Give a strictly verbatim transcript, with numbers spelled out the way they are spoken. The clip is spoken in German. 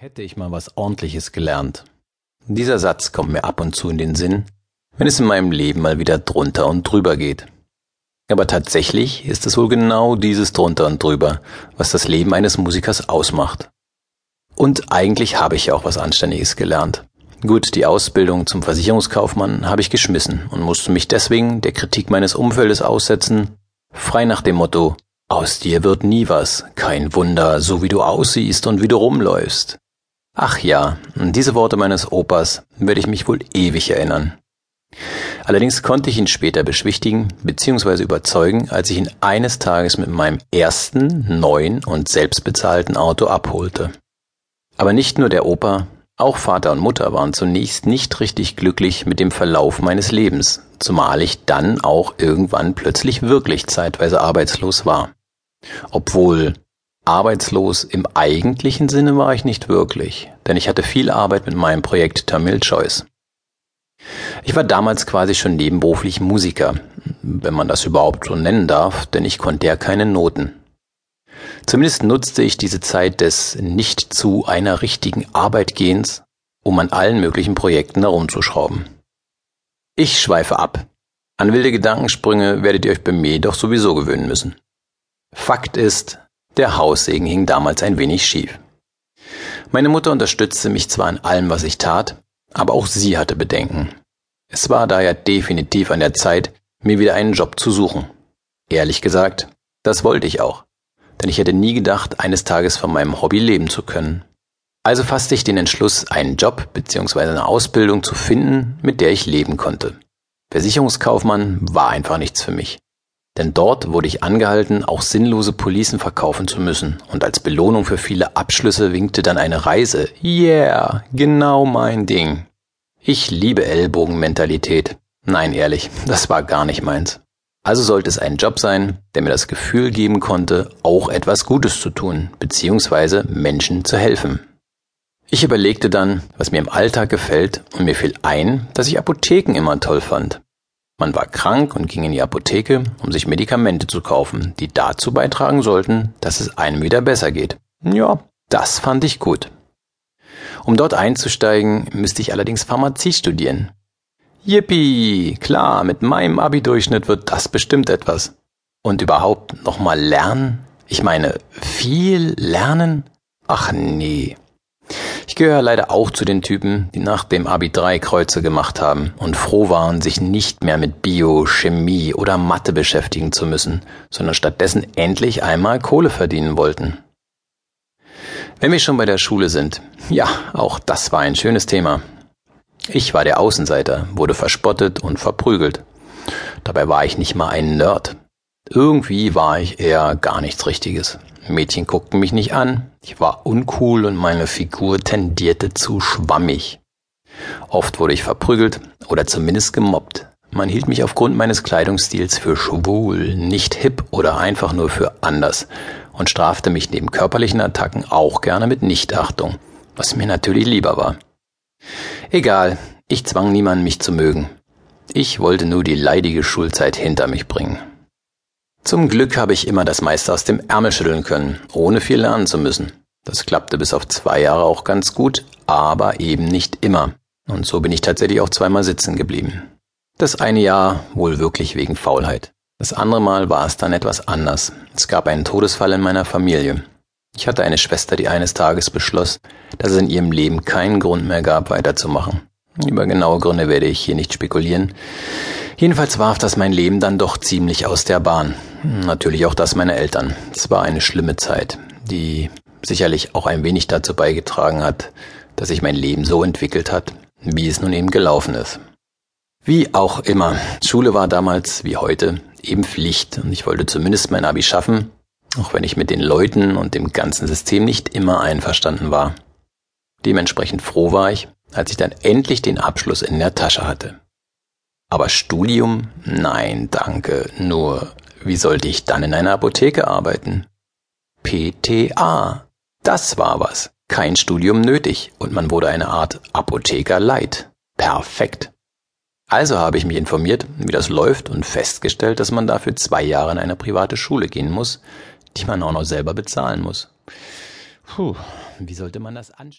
Hätte ich mal was Ordentliches gelernt. Dieser Satz kommt mir ab und zu in den Sinn, wenn es in meinem Leben mal wieder drunter und drüber geht. Aber tatsächlich ist es wohl genau dieses drunter und drüber, was das Leben eines Musikers ausmacht. Und eigentlich habe ich ja auch was Anständiges gelernt. Gut, die Ausbildung zum Versicherungskaufmann habe ich geschmissen und musste mich deswegen der Kritik meines Umfeldes aussetzen, frei nach dem Motto: Aus dir wird nie was, kein Wunder, so wie du aussiehst und wie du rumläufst. Ach ja, an diese Worte meines Opas werde ich mich wohl ewig erinnern. Allerdings konnte ich ihn später beschwichtigen bzw. überzeugen, als ich ihn eines Tages mit meinem ersten, neuen und selbstbezahlten Auto abholte. Aber nicht nur der Opa, auch Vater und Mutter waren zunächst nicht richtig glücklich mit dem Verlauf meines Lebens, zumal ich dann auch irgendwann plötzlich wirklich zeitweise arbeitslos war. Obwohl arbeitslos im eigentlichen Sinne war ich nicht wirklich, denn ich hatte viel Arbeit mit meinem Projekt Tamil Choice. Ich war damals quasi schon nebenberuflich Musiker, wenn man das überhaupt so nennen darf, denn ich konnte ja keine Noten. Zumindest nutzte ich diese Zeit des nicht zu einer richtigen Arbeit gehens, um an allen möglichen Projekten herumzuschrauben. Ich schweife ab. An wilde Gedankensprünge werdet ihr euch bei mir doch sowieso gewöhnen müssen. Fakt ist, der Haussegen hing damals ein wenig schief. Meine Mutter unterstützte mich zwar in allem, was ich tat, aber auch sie hatte Bedenken. Es war daher definitiv an der Zeit, mir wieder einen Job zu suchen. Ehrlich gesagt, das wollte ich auch, denn ich hätte nie gedacht, eines Tages von meinem Hobby leben zu können. Also fasste ich den Entschluss, einen Job bzw. eine Ausbildung zu finden, mit der ich leben konnte. Versicherungskaufmann war einfach nichts für mich. Denn dort wurde ich angehalten, auch sinnlose Policen verkaufen zu müssen, und als Belohnung für viele Abschlüsse winkte dann eine Reise. Yeah, genau mein Ding. Ich liebe Ellbogenmentalität. Nein, ehrlich, das war gar nicht meins. Also sollte es ein Job sein, der mir das Gefühl geben konnte, auch etwas Gutes zu tun, beziehungsweise Menschen zu helfen. Ich überlegte dann, was mir im Alltag gefällt, und mir fiel ein, dass ich Apotheken immer toll fand. Man war krank und ging in die Apotheke, um sich Medikamente zu kaufen, die dazu beitragen sollten, dass es einem wieder besser geht. Ja, das fand ich gut. Um dort einzusteigen, müsste ich allerdings Pharmazie studieren. Yippie, klar, mit meinem Abi-Durchschnitt wird das bestimmt etwas. Und überhaupt nochmal lernen? Ich meine, viel lernen? Ach nee. Ich gehöre leider auch zu den Typen, die nach dem Abi drei Kreuze gemacht haben und froh waren, sich nicht mehr mit Bio, Chemie oder Mathe beschäftigen zu müssen, sondern stattdessen endlich einmal Kohle verdienen wollten. Wenn wir schon bei der Schule sind, ja, auch das war ein schönes Thema. Ich war der Außenseiter, wurde verspottet und verprügelt. Dabei war ich nicht mal ein Nerd. Irgendwie war ich eher gar nichts Richtiges. Mädchen guckten mich nicht an, ich war uncool und meine Figur tendierte zu schwammig. Oft wurde ich verprügelt oder zumindest gemobbt. Man hielt mich aufgrund meines Kleidungsstils für schwul, nicht hip oder einfach nur für anders und strafte mich neben körperlichen Attacken auch gerne mit Nichtachtung, was mir natürlich lieber war. Egal, ich zwang niemanden, mich zu mögen. Ich wollte nur die leidige Schulzeit hinter mich bringen. Zum Glück habe ich immer das meiste aus dem Ärmel schütteln können, ohne viel lernen zu müssen. Das klappte bis auf zwei Jahre auch ganz gut, aber eben nicht immer. Und so bin ich tatsächlich auch zweimal sitzen geblieben. Das eine Jahr wohl wirklich wegen Faulheit. Das andere Mal war es dann etwas anders. Es gab einen Todesfall in meiner Familie. Ich hatte eine Schwester, die eines Tages beschloss, dass es in ihrem Leben keinen Grund mehr gab, weiterzumachen. Über genaue Gründe werde ich hier nicht spekulieren. Jedenfalls warf das mein Leben dann doch ziemlich aus der Bahn. Natürlich auch das meiner Eltern. Es war eine schlimme Zeit, die sicherlich auch ein wenig dazu beigetragen hat, dass sich mein Leben so entwickelt hat, wie es nun eben gelaufen ist. Wie auch immer, Schule war damals, wie heute, eben Pflicht und ich wollte zumindest mein Abi schaffen, auch wenn ich mit den Leuten und dem ganzen System nicht immer einverstanden war. Dementsprechend froh war ich, als ich dann endlich den Abschluss in der Tasche hatte. Aber Studium? Nein, danke. Nur, wie sollte ich dann in einer Apotheke arbeiten? P T A. Das war was. Kein Studium nötig und man wurde eine Art Apotheker Light. Perfekt. Also habe ich mich informiert, wie das läuft und festgestellt, dass man dafür zwei Jahre in eine private Schule gehen muss, die man auch noch selber bezahlen muss. Puh, wie sollte man das anstellen?